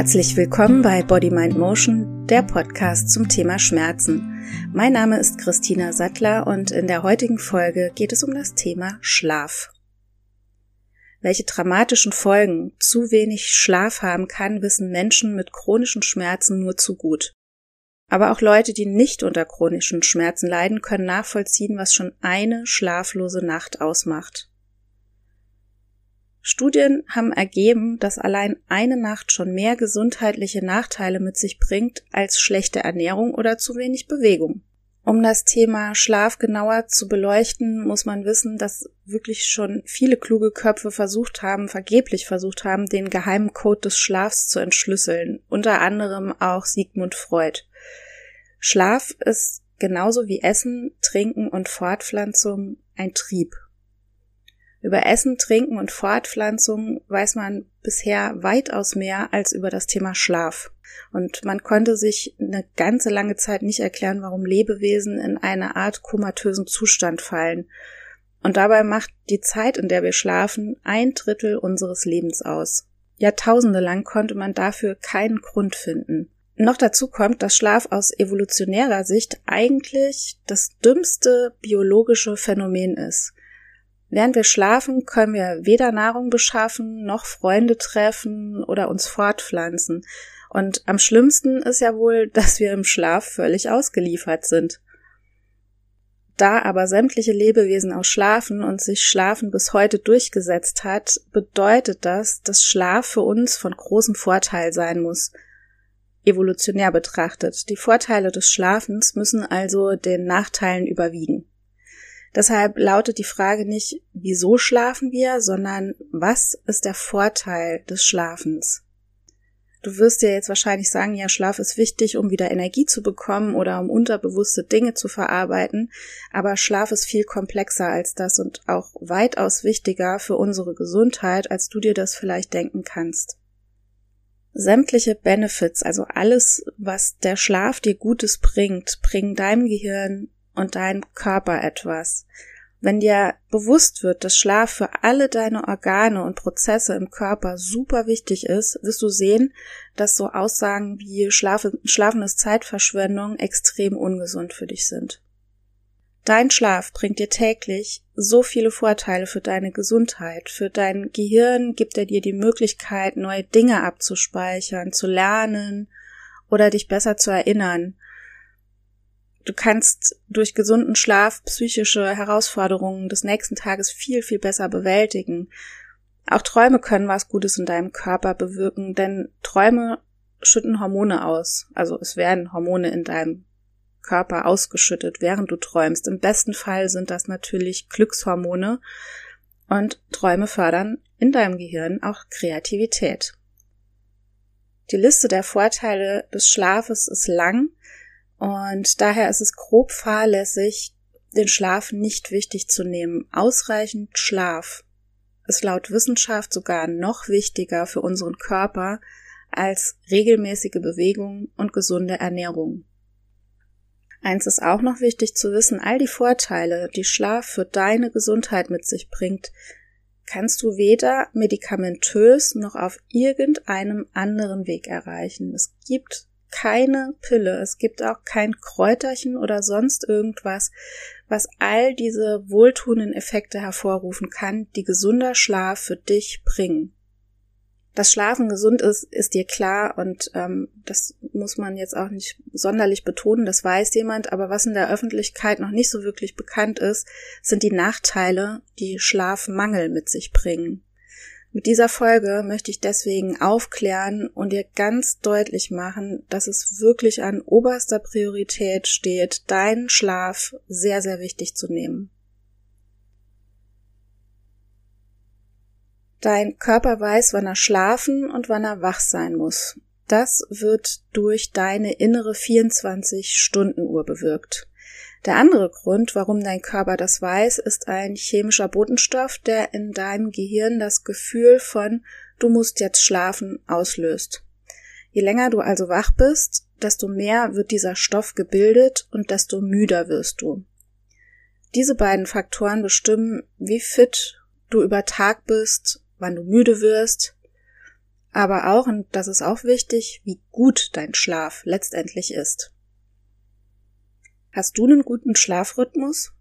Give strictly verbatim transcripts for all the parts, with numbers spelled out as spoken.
Herzlich willkommen bei Body, Mind, Motion, der Podcast zum Thema Schmerzen. Mein Name ist Christina Sattler und in der heutigen Folge geht es um das Thema Schlaf. Welche dramatischen Folgen zu wenig Schlaf haben kann, wissen Menschen mit chronischen Schmerzen nur zu gut. Aber auch Leute, die nicht unter chronischen Schmerzen leiden, können nachvollziehen, was schon eine schlaflose Nacht ausmacht. Studien haben ergeben, dass allein eine Nacht schon mehr gesundheitliche Nachteile mit sich bringt als schlechte Ernährung oder zu wenig Bewegung. Um das Thema Schlaf genauer zu beleuchten, muss man wissen, dass wirklich schon viele kluge Köpfe versucht haben, vergeblich versucht haben, den geheimen Code des Schlafs zu entschlüsseln, unter anderem auch Sigmund Freud. Schlaf ist genauso wie Essen, Trinken und Fortpflanzung ein Trieb. Über Essen, Trinken und Fortpflanzung weiß man bisher weitaus mehr als über das Thema Schlaf. Und man konnte sich eine ganze lange Zeit nicht erklären, warum Lebewesen in eine Art komatösen Zustand fallen. Und dabei macht die Zeit, in der wir schlafen, ein Drittel unseres Lebens aus. Jahrtausende lang konnte man dafür keinen Grund finden. Noch dazu kommt, dass Schlaf aus evolutionärer Sicht eigentlich das dümmste biologische Phänomen ist. Während wir schlafen, können wir weder Nahrung beschaffen, noch Freunde treffen oder uns fortpflanzen. Und am schlimmsten ist ja wohl, dass wir im Schlaf völlig ausgeliefert sind. Da aber sämtliche Lebewesen auch schlafen und sich Schlafen bis heute durchgesetzt hat, bedeutet das, dass Schlaf für uns von großem Vorteil sein muss. Evolutionär betrachtet. Die Vorteile des Schlafens müssen also den Nachteilen überwiegen. Deshalb lautet die Frage nicht, wieso schlafen wir, sondern was ist der Vorteil des Schlafens? Du wirst dir jetzt wahrscheinlich sagen, ja, Schlaf ist wichtig, um wieder Energie zu bekommen oder um unterbewusste Dinge zu verarbeiten, aber Schlaf ist viel komplexer als das und auch weitaus wichtiger für unsere Gesundheit, als du dir das vielleicht denken kannst. Sämtliche Benefits, also alles, was der Schlaf dir Gutes bringt, bringen deinem Gehirn und deinem Körper etwas. Wenn dir bewusst wird, dass Schlaf für alle deine Organe und Prozesse im Körper super wichtig ist, wirst du sehen, dass so Aussagen wie Schlafen, Schlafen ist Zeitverschwendung extrem ungesund für dich sind. Dein Schlaf bringt dir täglich so viele Vorteile für deine Gesundheit. Für dein Gehirn gibt er dir die Möglichkeit, neue Dinge abzuspeichern, zu lernen oder dich besser zu erinnern. Du kannst durch gesunden Schlaf psychische Herausforderungen des nächsten Tages viel, viel besser bewältigen. Auch Träume können was Gutes in deinem Körper bewirken, denn Träume schütten Hormone aus. Also es werden Hormone in deinem Körper ausgeschüttet, während du träumst. Im besten Fall sind das natürlich Glückshormone und Träume fördern in deinem Gehirn auch Kreativität. Die Liste der Vorteile des Schlafes ist lang. Und daher ist es grob fahrlässig, den Schlaf nicht wichtig zu nehmen. Ausreichend Schlaf ist laut Wissenschaft sogar noch wichtiger für unseren Körper als regelmäßige Bewegung und gesunde Ernährung. Eins ist auch noch wichtig zu wissen, all die Vorteile, die Schlaf für deine Gesundheit mit sich bringt, kannst du weder medikamentös noch auf irgendeinem anderen Weg erreichen. Es gibt keine Pille, es gibt auch kein Kräuterchen oder sonst irgendwas, was all diese wohltuenden Effekte hervorrufen kann, die gesunder Schlaf für dich bringen. Dass Schlafen gesund ist, ist dir klar und ähm, das muss man jetzt auch nicht sonderlich betonen, das weiß jemand, aber was in der Öffentlichkeit noch nicht so wirklich bekannt ist, sind die Nachteile, die Schlafmangel mit sich bringen. Mit dieser Folge möchte ich deswegen aufklären und dir ganz deutlich machen, dass es wirklich an oberster Priorität steht, deinen Schlaf sehr, sehr wichtig zu nehmen. Dein Körper weiß, wann er schlafen und wann er wach sein muss. Das wird durch deine innere vierundzwanzig-Stunden-Uhr bewirkt. Der andere Grund, warum dein Körper das weiß, ist ein chemischer Botenstoff, der in deinem Gehirn das Gefühl von „du musst jetzt schlafen" auslöst. Je länger du also wach bist, desto mehr wird dieser Stoff gebildet und desto müder wirst du. Diese beiden Faktoren bestimmen, wie fit du über Tag bist, wann du müde wirst, aber auch, und das ist auch wichtig, wie gut dein Schlaf letztendlich ist. Hast du einen guten Schlafrhythmus?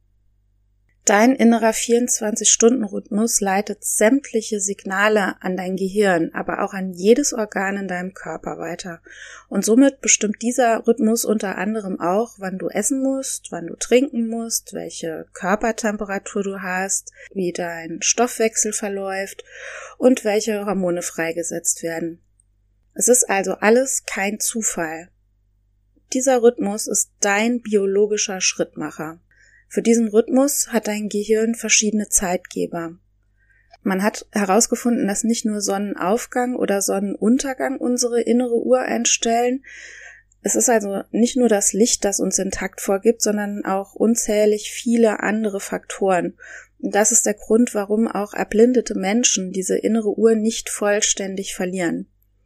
Dein innerer vierundzwanzig-Stunden-Rhythmus leitet sämtliche Signale an dein Gehirn, aber auch an jedes Organ in deinem Körper weiter. Und somit bestimmt dieser Rhythmus unter anderem auch, wann du essen musst, wann du trinken musst, welche Körpertemperatur du hast, wie dein Stoffwechsel verläuft und welche Hormone freigesetzt werden. Es ist also alles kein Zufall. Dieser Rhythmus ist dein biologischer Schrittmacher. Für diesen Rhythmus hat dein Gehirn verschiedene Zeitgeber. Man hat herausgefunden, dass nicht nur Sonnenaufgang oder Sonnenuntergang unsere innere Uhr einstellen. Es ist also nicht nur das Licht, das uns den Takt vorgibt, sondern auch unzählig viele andere Faktoren. Und das ist der Grund, warum auch erblindete Menschen diese innere Uhr nicht vollständig verlieren.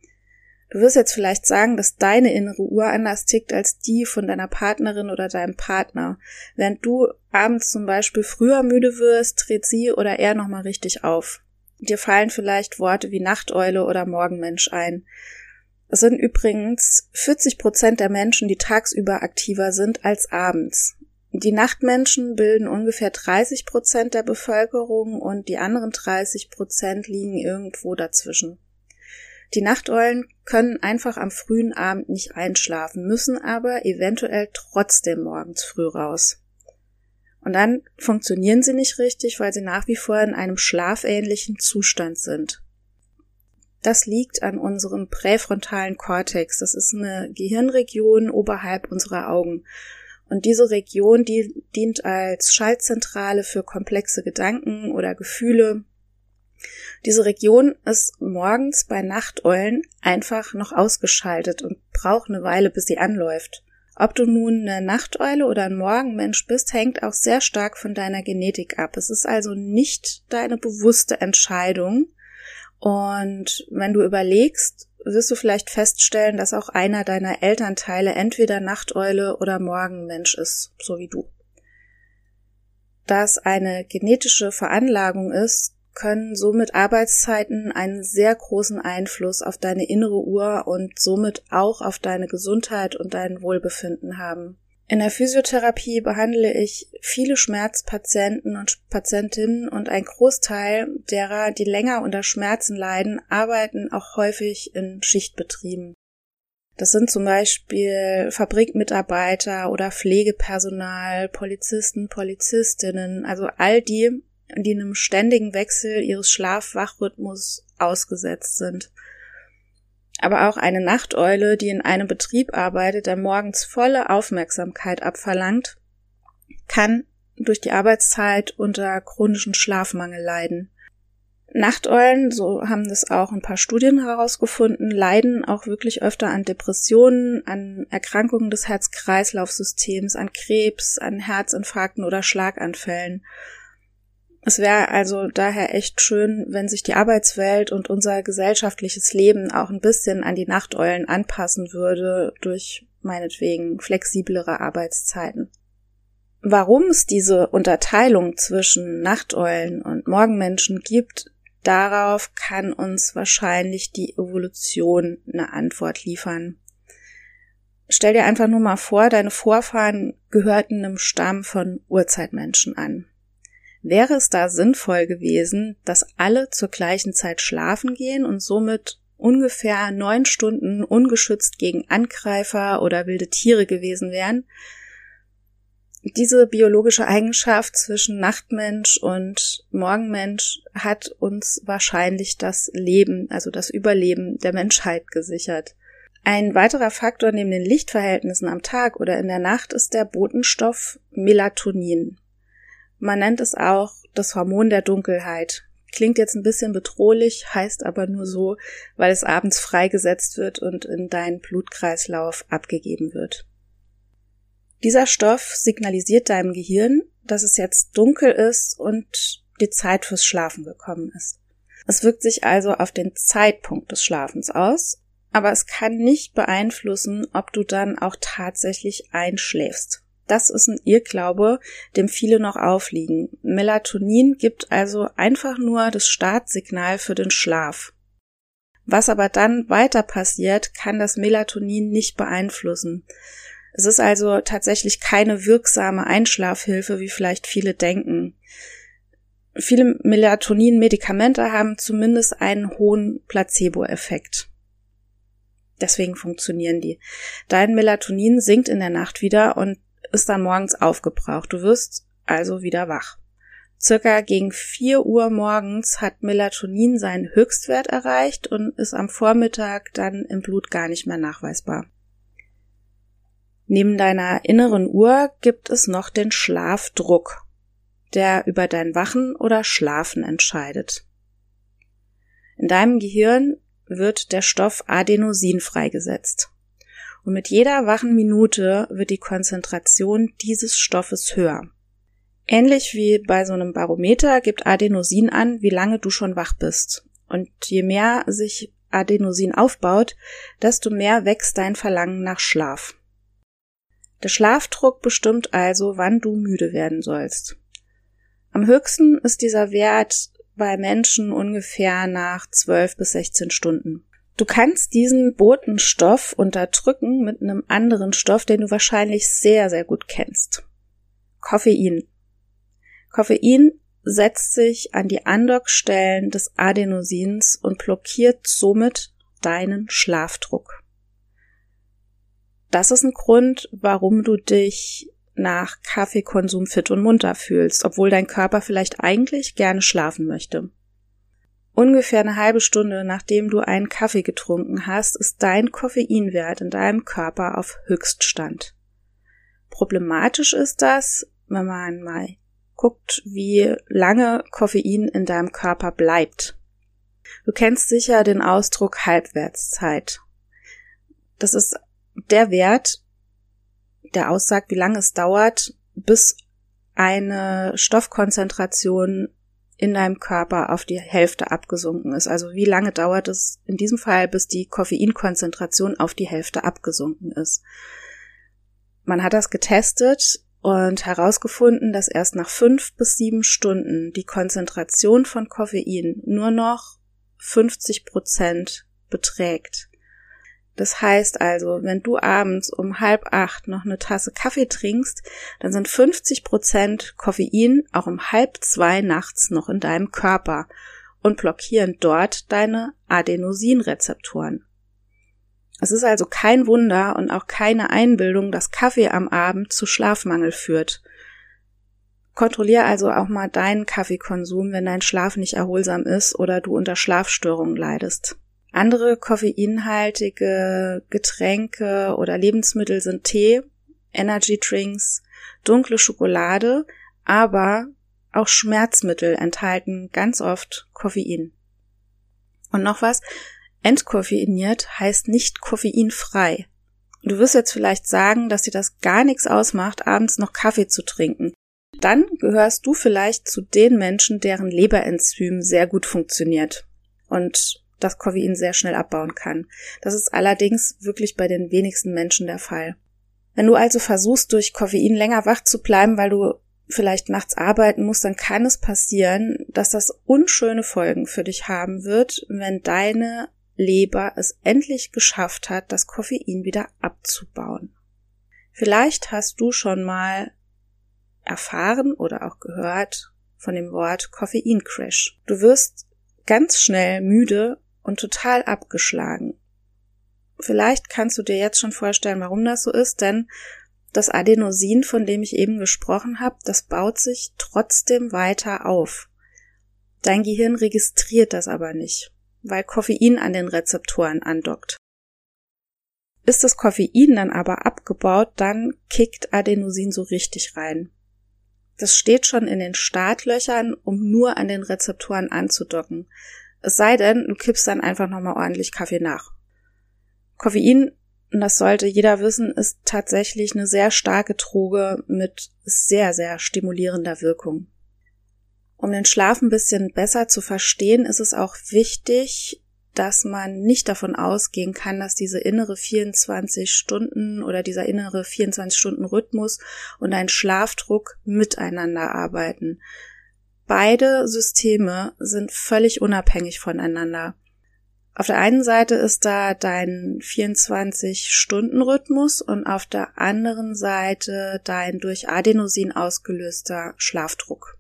Du wirst jetzt vielleicht sagen, dass deine innere Uhr anders tickt als die von deiner Partnerin oder deinem Partner. Während du abends zum Beispiel früher müde wirst, dreht sie oder er nochmal richtig auf. Dir fallen vielleicht Worte wie Nachteule oder Morgenmensch ein. Es sind übrigens vierzig Prozent der Menschen, die tagsüber aktiver sind als abends. Die Nachtmenschen bilden ungefähr dreißig Prozent der Bevölkerung und die anderen dreißig Prozent liegen irgendwo dazwischen. Die Nachteulen können einfach am frühen Abend nicht einschlafen, müssen aber eventuell trotzdem morgens früh raus. Und dann funktionieren sie nicht richtig, weil sie nach wie vor in einem schlafähnlichen Zustand sind. Das liegt an unserem präfrontalen Kortex. Das ist eine Gehirnregion oberhalb unserer Augen. Und diese Region, die dient als Schaltzentrale für komplexe Gedanken oder Gefühle. Diese Region ist morgens bei Nachteulen einfach noch ausgeschaltet und braucht eine Weile, bis sie anläuft. Ob du nun eine Nachteule oder ein Morgenmensch bist, hängt auch sehr stark von deiner Genetik ab. Es ist also nicht deine bewusste Entscheidung. Und wenn du überlegst, wirst du vielleicht feststellen, dass auch einer deiner Elternteile entweder Nachteule oder Morgenmensch ist, so wie du. Da es eine genetische Veranlagung ist, können somit Arbeitszeiten einen sehr großen Einfluss auf deine innere Uhr und somit auch auf deine Gesundheit und dein Wohlbefinden haben. In der Physiotherapie behandle ich viele Schmerzpatienten und Patientinnen und ein Großteil derer, die länger unter Schmerzen leiden, arbeiten auch häufig in Schichtbetrieben. Das sind zum Beispiel Fabrikmitarbeiter oder Pflegepersonal, Polizisten, Polizistinnen, also all die, die einem ständigen Wechsel ihres Schlaf-Wach-Rhythmus ausgesetzt sind. Aber auch eine Nachteule, die in einem Betrieb arbeitet, der morgens volle Aufmerksamkeit abverlangt, kann durch die Arbeitszeit unter chronischen Schlafmangel leiden. Nachteulen, so haben das auch ein paar Studien herausgefunden, leiden auch wirklich öfter an Depressionen, an Erkrankungen des Herz-Kreislauf-Systems, an Krebs, an Herzinfarkten oder Schlaganfällen. Es wäre also daher echt schön, wenn sich die Arbeitswelt und unser gesellschaftliches Leben auch ein bisschen an die Nachteulen anpassen würde durch meinetwegen flexiblere Arbeitszeiten. Warum es diese Unterteilung zwischen Nachteulen und Morgenmenschen gibt, darauf kann uns wahrscheinlich die Evolution eine Antwort liefern. Stell dir einfach nur mal vor, deine Vorfahren gehörten einem Stamm von Urzeitmenschen an. Wäre es da sinnvoll gewesen, dass alle zur gleichen Zeit schlafen gehen und somit ungefähr neun Stunden ungeschützt gegen Angreifer oder wilde Tiere gewesen wären? Diese biologische Eigenschaft zwischen Nachtmensch und Morgenmensch hat uns wahrscheinlich das Leben, also das Überleben der Menschheit gesichert. Ein weiterer Faktor neben den Lichtverhältnissen am Tag oder in der Nacht ist der Botenstoff Melatonin. Man nennt es auch das Hormon der Dunkelheit. Klingt jetzt ein bisschen bedrohlich, heißt aber nur so, weil es abends freigesetzt wird und in deinen Blutkreislauf abgegeben wird. Dieser Stoff signalisiert deinem Gehirn, dass es jetzt dunkel ist und die Zeit fürs Schlafen gekommen ist. Es wirkt sich also auf den Zeitpunkt des Schlafens aus, aber es kann nicht beeinflussen, ob du dann auch tatsächlich einschläfst. Das ist ein Irrglaube, dem viele noch aufliegen. Melatonin gibt also einfach nur das Startsignal für den Schlaf. Was aber dann weiter passiert, kann das Melatonin nicht beeinflussen. Es ist also tatsächlich keine wirksame Einschlafhilfe, wie vielleicht viele denken. Viele Melatonin-Medikamente haben zumindest einen hohen Placebo-Effekt. Deswegen funktionieren die. Dein Melatonin sinkt in der Nacht wieder und ist dann morgens aufgebraucht. Du wirst also wieder wach. Circa gegen vier Uhr morgens hat Melatonin seinen Höchstwert erreicht und ist am Vormittag dann im Blut gar nicht mehr nachweisbar. Neben deiner inneren Uhr gibt es noch den Schlafdruck, der über dein Wachen oder Schlafen entscheidet. In deinem Gehirn wird der Stoff Adenosin freigesetzt. Und mit jeder wachen Minute wird die Konzentration dieses Stoffes höher. Ähnlich wie bei so einem Barometer gibt Adenosin an, wie lange du schon wach bist. Und je mehr sich Adenosin aufbaut, desto mehr wächst dein Verlangen nach Schlaf. Der Schlafdruck bestimmt also, wann du müde werden sollst. Am höchsten ist dieser Wert bei Menschen ungefähr nach zwölf bis sechzehn Stunden. Du kannst diesen Botenstoff unterdrücken mit einem anderen Stoff, den du wahrscheinlich sehr, sehr gut kennst. Koffein. Koffein setzt sich an die Andockstellen des Adenosins und blockiert somit deinen Schlafdruck. Das ist ein Grund, warum du dich nach Kaffeekonsum fit und munter fühlst, obwohl dein Körper vielleicht eigentlich gerne schlafen möchte. Ungefähr eine halbe Stunde, nachdem du einen Kaffee getrunken hast, ist dein Koffeinwert in deinem Körper auf Höchststand. Problematisch ist das, wenn man mal guckt, wie lange Koffein in deinem Körper bleibt. Du kennst sicher den Ausdruck Halbwertszeit. Das ist der Wert, der aussagt, wie lange es dauert, bis eine Stoffkonzentration in deinem Körper auf die Hälfte abgesunken ist. Also wie lange dauert es in diesem Fall, bis die Koffeinkonzentration auf die Hälfte abgesunken ist. Man hat das getestet und herausgefunden, dass erst nach fünf bis sieben Stunden die Konzentration von Koffein nur noch fünfzig Prozent beträgt. Das heißt also, wenn du abends um halb acht noch eine Tasse Kaffee trinkst, dann sind fünfzig Prozent Koffein auch um halb zwei nachts noch in deinem Körper und blockieren dort deine Adenosinrezeptoren. Es ist also kein Wunder und auch keine Einbildung, dass Kaffee am Abend zu Schlafmangel führt. Kontrolliere also auch mal deinen Kaffeekonsum, wenn dein Schlaf nicht erholsam ist oder du unter Schlafstörungen leidest. Andere koffeinhaltige Getränke oder Lebensmittel sind Tee, Energy Drinks, dunkle Schokolade, aber auch Schmerzmittel enthalten ganz oft Koffein. Und noch was, entkoffeiniert heißt nicht koffeinfrei. Du wirst jetzt vielleicht sagen, dass dir das gar nichts ausmacht, abends noch Kaffee zu trinken. Dann gehörst du vielleicht zu den Menschen, deren Leberenzym sehr gut funktioniert und das Koffein sehr schnell abbauen kann. Das ist allerdings wirklich bei den wenigsten Menschen der Fall. Wenn du also versuchst, durch Koffein länger wach zu bleiben, weil du vielleicht nachts arbeiten musst, dann kann es passieren, dass das unschöne Folgen für dich haben wird, wenn deine Leber es endlich geschafft hat, das Koffein wieder abzubauen. Vielleicht hast du schon mal erfahren oder auch gehört von dem Wort Koffeincrash. Du wirst ganz schnell müde und total abgeschlagen. Vielleicht kannst du dir jetzt schon vorstellen, warum das so ist, denn das Adenosin, von dem ich eben gesprochen habe, das baut sich trotzdem weiter auf. Dein Gehirn registriert das aber nicht, weil Koffein an den Rezeptoren andockt. Ist das Koffein dann aber abgebaut, dann kickt Adenosin so richtig rein. Das steht schon in den Startlöchern, um nur an den Rezeptoren anzudocken. Es sei denn, du kippst dann einfach nochmal ordentlich Kaffee nach. Koffein, und das sollte jeder wissen, ist tatsächlich eine sehr starke Droge mit sehr, sehr stimulierender Wirkung. Um den Schlaf ein bisschen besser zu verstehen, ist es auch wichtig, dass man nicht davon ausgehen kann, dass diese innere vierundzwanzig Stunden oder dieser innere vierundzwanzig Stunden Rhythmus und dein Schlafdruck miteinander arbeiten. Beide Systeme sind völlig unabhängig voneinander. Auf der einen Seite ist da dein vierundzwanzig-Stunden-Rhythmus und auf der anderen Seite dein durch Adenosin ausgelöster Schlafdruck.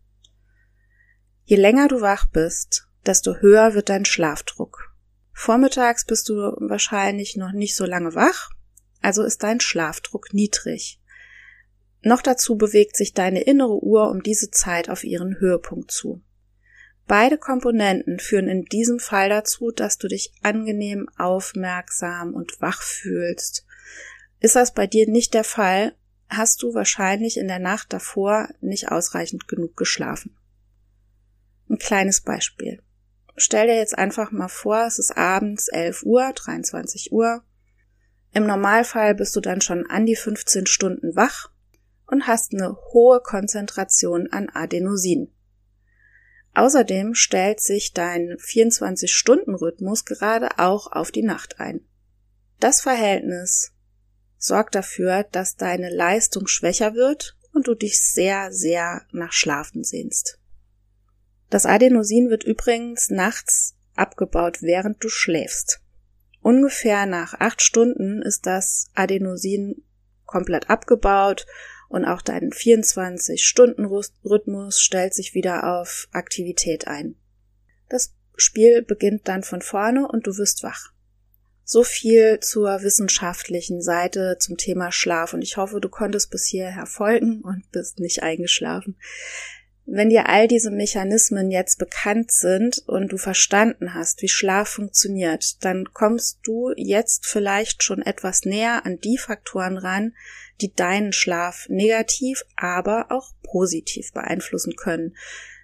Je länger du wach bist, desto höher wird dein Schlafdruck. Vormittags bist du wahrscheinlich noch nicht so lange wach, also ist dein Schlafdruck niedrig. Noch dazu bewegt sich deine innere Uhr um diese Zeit auf ihren Höhepunkt zu. Beide Komponenten führen in diesem Fall dazu, dass du dich angenehm, aufmerksam und wach fühlst. Ist das bei dir nicht der Fall, hast du wahrscheinlich in der Nacht davor nicht ausreichend genug geschlafen. Ein kleines Beispiel. Stell dir jetzt einfach mal vor, es ist abends elf Uhr, dreiundzwanzig Uhr. Im Normalfall bist du dann schon an die fünfzehn Stunden wach und hast eine hohe Konzentration an Adenosin. Außerdem stellt sich dein vierundzwanzig-Stunden-Rhythmus gerade auch auf die Nacht ein. Das Verhältnis sorgt dafür, dass deine Leistung schwächer wird und du dich sehr, sehr nach Schlafen sehnst. Das Adenosin wird übrigens nachts abgebaut, während du schläfst. Ungefähr nach acht Stunden ist das Adenosin komplett abgebaut und auch dein vierundzwanzig-Stunden-Rhythmus stellt sich wieder auf Aktivität ein. Das Spiel beginnt dann von vorne und du wirst wach. So viel zur wissenschaftlichen Seite zum Thema Schlaf und ich hoffe, du konntest bis hierher folgen und bist nicht eingeschlafen. Wenn dir all diese Mechanismen jetzt bekannt sind und du verstanden hast, wie Schlaf funktioniert, dann kommst du jetzt vielleicht schon etwas näher an die Faktoren ran, die deinen Schlaf negativ, aber auch positiv beeinflussen können.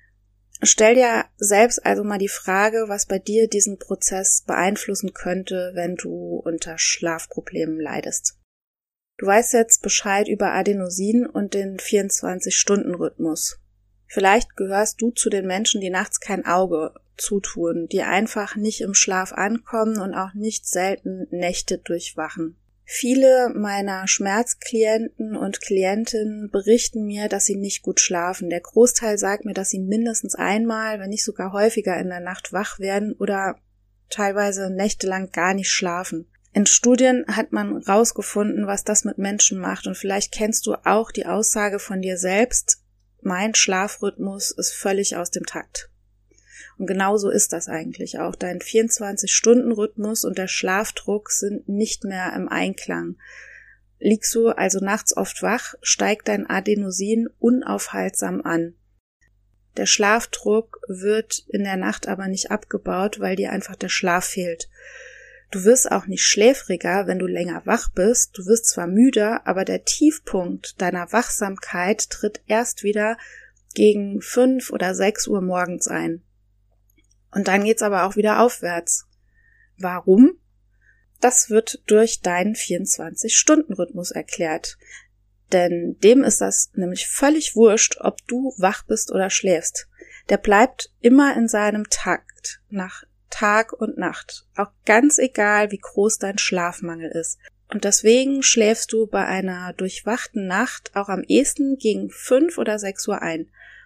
Stell dir selbst also mal die Frage, was bei dir diesen Prozess beeinflussen könnte, wenn du unter Schlafproblemen leidest. Du weißt jetzt Bescheid über Adenosin und den vierundzwanzig-Stunden-Rhythmus. Vielleicht gehörst du zu den Menschen, die nachts kein Auge zutun, die einfach nicht im Schlaf ankommen und auch nicht selten Nächte durchwachen. Viele meiner Schmerzklienten und Klientinnen berichten mir, dass sie nicht gut schlafen. Der Großteil sagt mir, dass sie mindestens einmal, wenn nicht sogar häufiger in der Nacht wach werden oder teilweise nächtelang gar nicht schlafen. In Studien hat man herausgefunden, was das mit Menschen macht und vielleicht kennst du auch die Aussage von dir selbst, mein Schlafrhythmus ist völlig aus dem Takt. Und genau so ist das eigentlich auch. Dein vierundzwanzig-Stunden-Rhythmus und der Schlafdruck sind nicht mehr im Einklang. Liegst du also nachts oft wach, steigt dein Adenosin unaufhaltsam an. Der Schlafdruck wird in der Nacht aber nicht abgebaut, weil dir einfach der Schlaf fehlt. Du wirst auch nicht schläfriger, wenn du länger wach bist. Du wirst zwar müder, aber der Tiefpunkt deiner Wachsamkeit tritt erst wieder gegen fünf oder sechs Uhr morgens ein. Und dann geht's aber auch wieder aufwärts. Warum? Das wird durch deinen vierundzwanzig-Stunden-Rhythmus erklärt. Denn dem ist das nämlich völlig wurscht, ob du wach bist oder schläfst. Der bleibt immer in seinem Takt, nach Tag und Nacht, auch ganz egal, wie groß dein Schlafmangel ist. Und deswegen schläfst du bei einer durchwachten Nacht auch am ehesten gegen fünf oder sechs Uhr ein.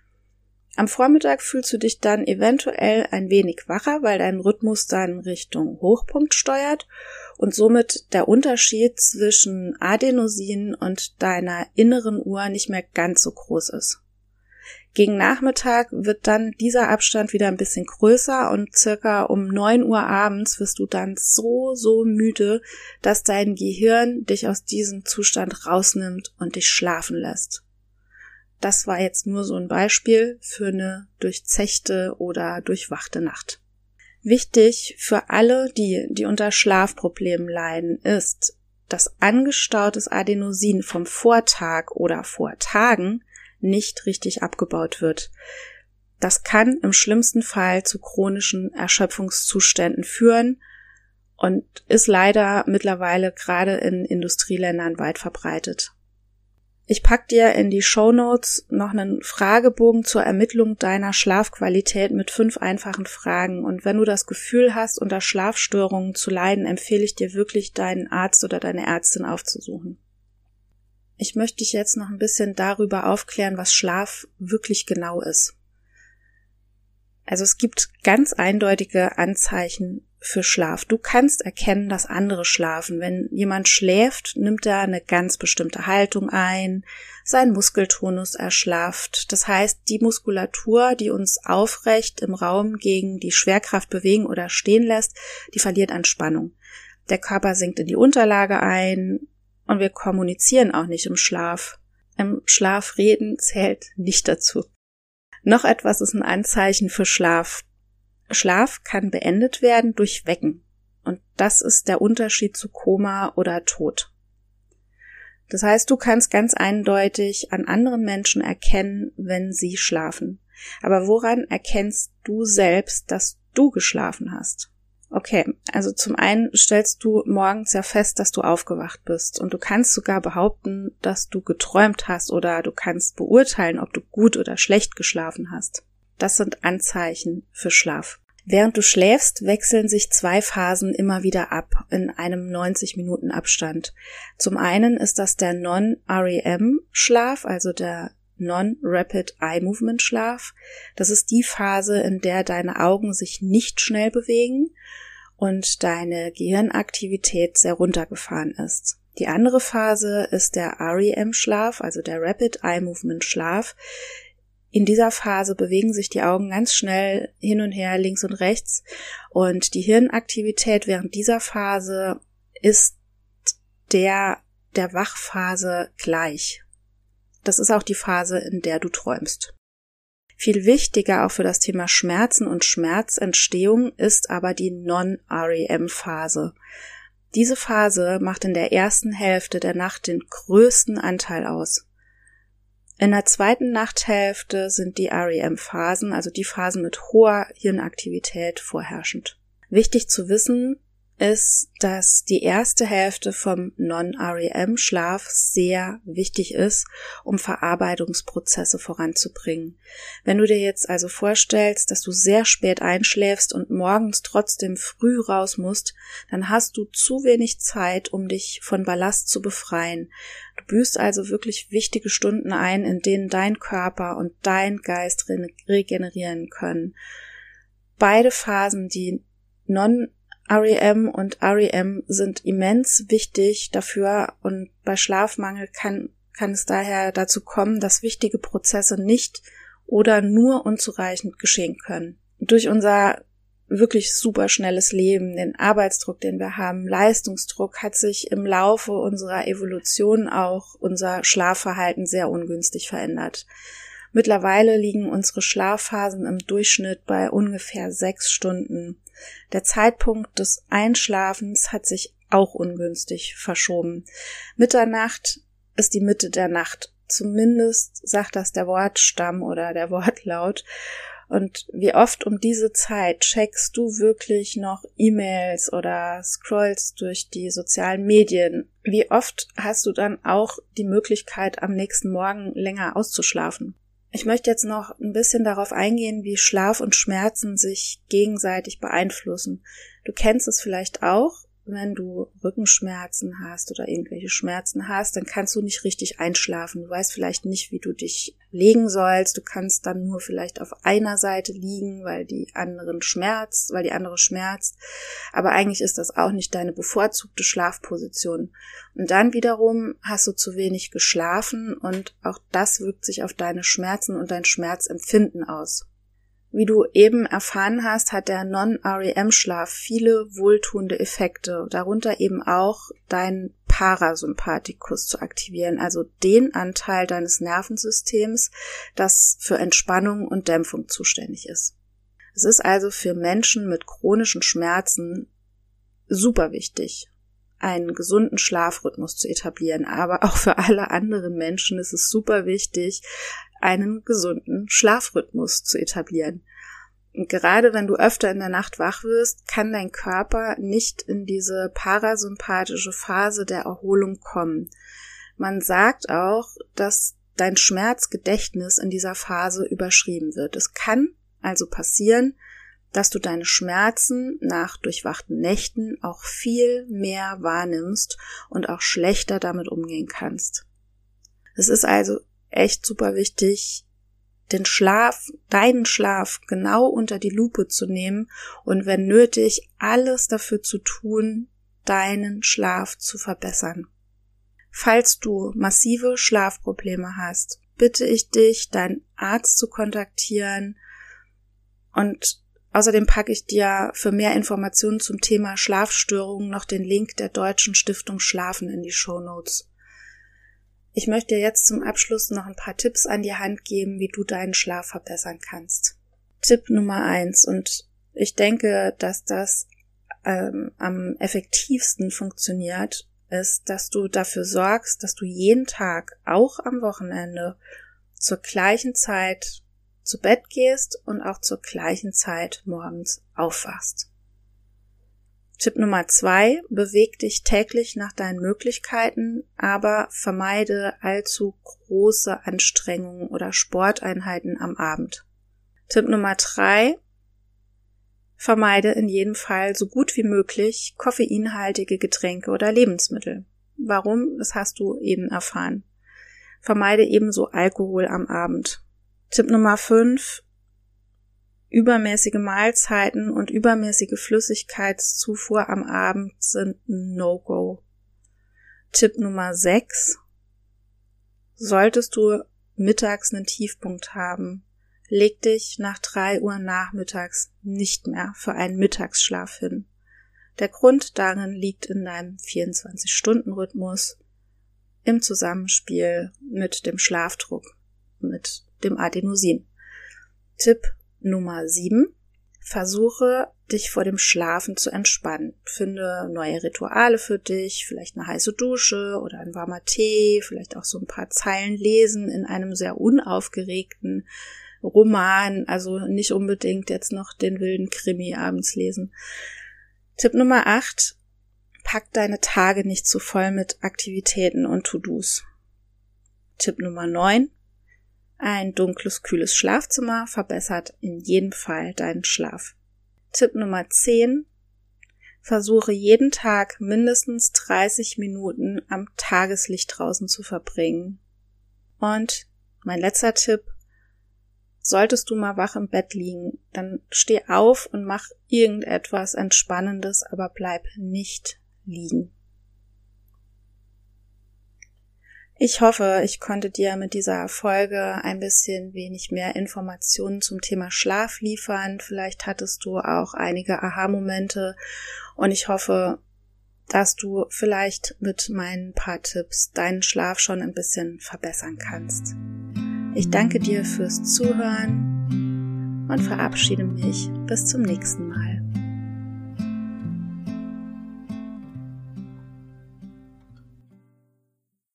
Am Vormittag fühlst du dich dann eventuell ein wenig wacher, weil dein Rhythmus dann Richtung Hochpunkt steuert und somit der Unterschied zwischen Adenosin und deiner inneren Uhr nicht mehr ganz so groß ist. Gegen Nachmittag wird dann dieser Abstand wieder ein bisschen größer und circa um neun Uhr abends wirst du dann so, so müde, dass dein Gehirn dich aus diesem Zustand rausnimmt und dich schlafen lässt. Das war jetzt nur so ein Beispiel für eine durchzechte oder durchwachte Nacht. Wichtig für alle, die, die unter Schlafproblemen leiden, ist, dass angestautes Adenosin vom Vortag oder vor Tagen nicht richtig abgebaut wird. Das kann im schlimmsten Fall zu chronischen Erschöpfungszuständen führen und ist leider mittlerweile gerade in Industrieländern weit verbreitet. Ich pack dir in die Shownotes noch einen Fragebogen zur Ermittlung deiner Schlafqualität mit fünf einfachen Fragen. Und wenn du das Gefühl hast, unter Schlafstörungen zu leiden, empfehle ich dir wirklich, deinen Arzt oder deine Ärztin aufzusuchen. Ich möchte dich jetzt noch ein bisschen darüber aufklären, was Schlaf wirklich genau ist. Also es gibt ganz eindeutige Anzeichen für Schlaf. Du kannst erkennen, dass andere schlafen. Wenn jemand schläft, nimmt er eine ganz bestimmte Haltung ein, sein Muskeltonus erschlafft. Das heißt, die Muskulatur, die uns aufrecht im Raum gegen die Schwerkraft bewegen oder stehen lässt, die verliert an Spannung. Der Körper sinkt in die Unterlage ein und wir kommunizieren auch nicht im Schlaf. Im Schlaf reden zählt nicht dazu. Noch etwas ist ein Anzeichen für Schlaf. Schlaf kann beendet werden durch Wecken. Und das ist der Unterschied zu Koma oder Tod. Das heißt, du kannst ganz eindeutig an anderen Menschen erkennen, wenn sie schlafen. Aber woran erkennst du selbst, dass du geschlafen hast? Okay, also zum einen stellst du morgens ja fest, dass du aufgewacht bist und du kannst sogar behaupten, dass du geträumt hast oder du kannst beurteilen, ob du gut oder schlecht geschlafen hast. Das sind Anzeichen für Schlaf. Während du schläfst, wechseln sich zwei Phasen immer wieder ab in einem neunzig Minuten Abstand. Zum einen ist das der Non-R E M-Schlaf, also der Non-Rapid Eye Movement Schlaf. Das ist die Phase, in der deine Augen sich nicht schnell bewegen und deine Gehirnaktivität sehr runtergefahren ist. Die andere Phase ist der R E M-Schlaf, also der Rapid Eye Movement Schlaf. In dieser Phase bewegen sich die Augen ganz schnell hin und her, links und rechts, und die Hirnaktivität während dieser Phase ist der der Wachphase gleich. Das ist auch die Phase, in der du träumst. Viel wichtiger auch für das Thema Schmerzen und Schmerzentstehung ist aber die Non-R E M-Phase. Diese Phase macht in der ersten Hälfte der Nacht den größten Anteil aus. In der zweiten Nachthälfte sind die R E M-Phasen, also die Phasen mit hoher Hirnaktivität, vorherrschend. Wichtig zu wissen ist, dass die erste Hälfte vom Non-R E M-Schlaf sehr wichtig ist, um Verarbeitungsprozesse voranzubringen. Wenn du dir jetzt also vorstellst, dass du sehr spät einschläfst und morgens trotzdem früh raus musst, dann hast du zu wenig Zeit, um dich von Ballast zu befreien. Du büßt also wirklich wichtige Stunden ein, in denen dein Körper und dein Geist re- regenerieren können. Beide Phasen, die Non R E M und R E M, sind immens wichtig dafür, und bei Schlafmangel kann, kann es daher dazu kommen, dass wichtige Prozesse nicht oder nur unzureichend geschehen können. Durch unser wirklich super schnelles Leben, den Arbeitsdruck, den wir haben, Leistungsdruck, hat sich im Laufe unserer Evolution auch unser Schlafverhalten sehr ungünstig verändert. Mittlerweile liegen unsere Schlafphasen im Durchschnitt bei ungefähr sechs Stunden. Der Zeitpunkt des Einschlafens hat sich auch ungünstig verschoben. Mitternacht ist die Mitte der Nacht. Zumindest sagt das der Wortstamm oder der Wortlaut. Und wie oft um diese Zeit checkst du wirklich noch E-Mails oder scrollst durch die sozialen Medien? Wie oft hast du dann auch die Möglichkeit, am nächsten Morgen länger auszuschlafen? Ich möchte jetzt noch ein bisschen darauf eingehen, wie Schlaf und Schmerzen sich gegenseitig beeinflussen. Du kennst es vielleicht auch, wenn du Rückenschmerzen hast oder irgendwelche Schmerzen hast, dann kannst du nicht richtig einschlafen. Du weißt vielleicht nicht, wie du dich legen sollst. Du kannst dann nur vielleicht auf einer Seite liegen, weil die anderen schmerzt, weil die andere schmerzt. Aber eigentlich ist das auch nicht deine bevorzugte Schlafposition. Und dann wiederum hast du zu wenig geschlafen und auch das wirkt sich auf deine Schmerzen und dein Schmerzempfinden aus. Wie du eben erfahren hast, hat der Non-R E M-Schlaf viele wohltuende Effekte, darunter eben auch deinen Parasympathikus zu aktivieren, also den Anteil deines Nervensystems, das für Entspannung und Dämpfung zuständig ist. Es ist also für Menschen mit chronischen Schmerzen super wichtig, einen gesunden Schlafrhythmus zu etablieren, aber auch für alle anderen Menschen ist es super wichtig, einen gesunden Schlafrhythmus zu etablieren. Und gerade wenn du öfter in der Nacht wach wirst, kann dein Körper nicht in diese parasympathische Phase der Erholung kommen. Man sagt auch, dass dein Schmerzgedächtnis in dieser Phase überschrieben wird. Es kann also passieren, dass du deine Schmerzen nach durchwachten Nächten auch viel mehr wahrnimmst und auch schlechter damit umgehen kannst. Es ist also echt super wichtig, den Schlaf, deinen Schlaf genau unter die Lupe zu nehmen und wenn nötig, alles dafür zu tun, deinen Schlaf zu verbessern. Falls du massive Schlafprobleme hast, bitte ich dich, deinen Arzt zu kontaktieren und außerdem packe ich dir für mehr Informationen zum Thema Schlafstörungen noch den Link der Deutschen Stiftung Schlafen in die Shownotes. Ich möchte dir jetzt zum Abschluss noch ein paar Tipps an die Hand geben, wie du deinen Schlaf verbessern kannst. Tipp Nummer eins, und ich denke, dass das ähm, am effektivsten funktioniert, ist, dass du dafür sorgst, dass du jeden Tag, auch am Wochenende, zur gleichen Zeit zu Bett gehst und auch zur gleichen Zeit morgens aufwachst. Tipp Nummer zwei, beweg dich täglich nach deinen Möglichkeiten, aber vermeide allzu große Anstrengungen oder Sporteinheiten am Abend. Tipp Nummer drei, vermeide in jedem Fall so gut wie möglich koffeinhaltige Getränke oder Lebensmittel. Warum? Das hast du eben erfahren. Vermeide ebenso Alkohol am Abend. Tipp Nummer fünf, übermäßige Mahlzeiten und übermäßige Flüssigkeitszufuhr am Abend sind ein No-Go. Tipp Nummer sechs, solltest du mittags einen Tiefpunkt haben, leg dich nach drei Uhr nachmittags nicht mehr für einen Mittagsschlaf hin. Der Grund darin liegt in deinem vierundzwanzig-Stunden-Rhythmus im Zusammenspiel mit dem Schlafdruck, mit dem Adenosin. Tipp Nummer sieben. Versuche, dich vor dem Schlafen zu entspannen. Finde neue Rituale für dich, vielleicht eine heiße Dusche oder ein warmer Tee, vielleicht auch so ein paar Zeilen lesen in einem sehr unaufgeregten Roman, also nicht unbedingt jetzt noch den wilden Krimi abends lesen. Tipp Nummer acht. Pack deine Tage nicht zu voll mit Aktivitäten und To-Dos. Tipp Nummer neun. Ein dunkles, kühles Schlafzimmer verbessert in jedem Fall deinen Schlaf. Tipp Nummer zehn. Versuche jeden Tag mindestens dreißig Minuten am Tageslicht draußen zu verbringen. Und mein letzter Tipp. Solltest du mal wach im Bett liegen, dann steh auf und mach irgendetwas Entspannendes, aber bleib nicht liegen. Ich hoffe, ich konnte dir mit dieser Folge ein bisschen wenig mehr Informationen zum Thema Schlaf liefern. Vielleicht hattest du auch einige Aha-Momente und ich hoffe, dass du vielleicht mit meinen paar Tipps deinen Schlaf schon ein bisschen verbessern kannst. Ich danke dir fürs Zuhören und verabschiede mich bis zum nächsten Mal.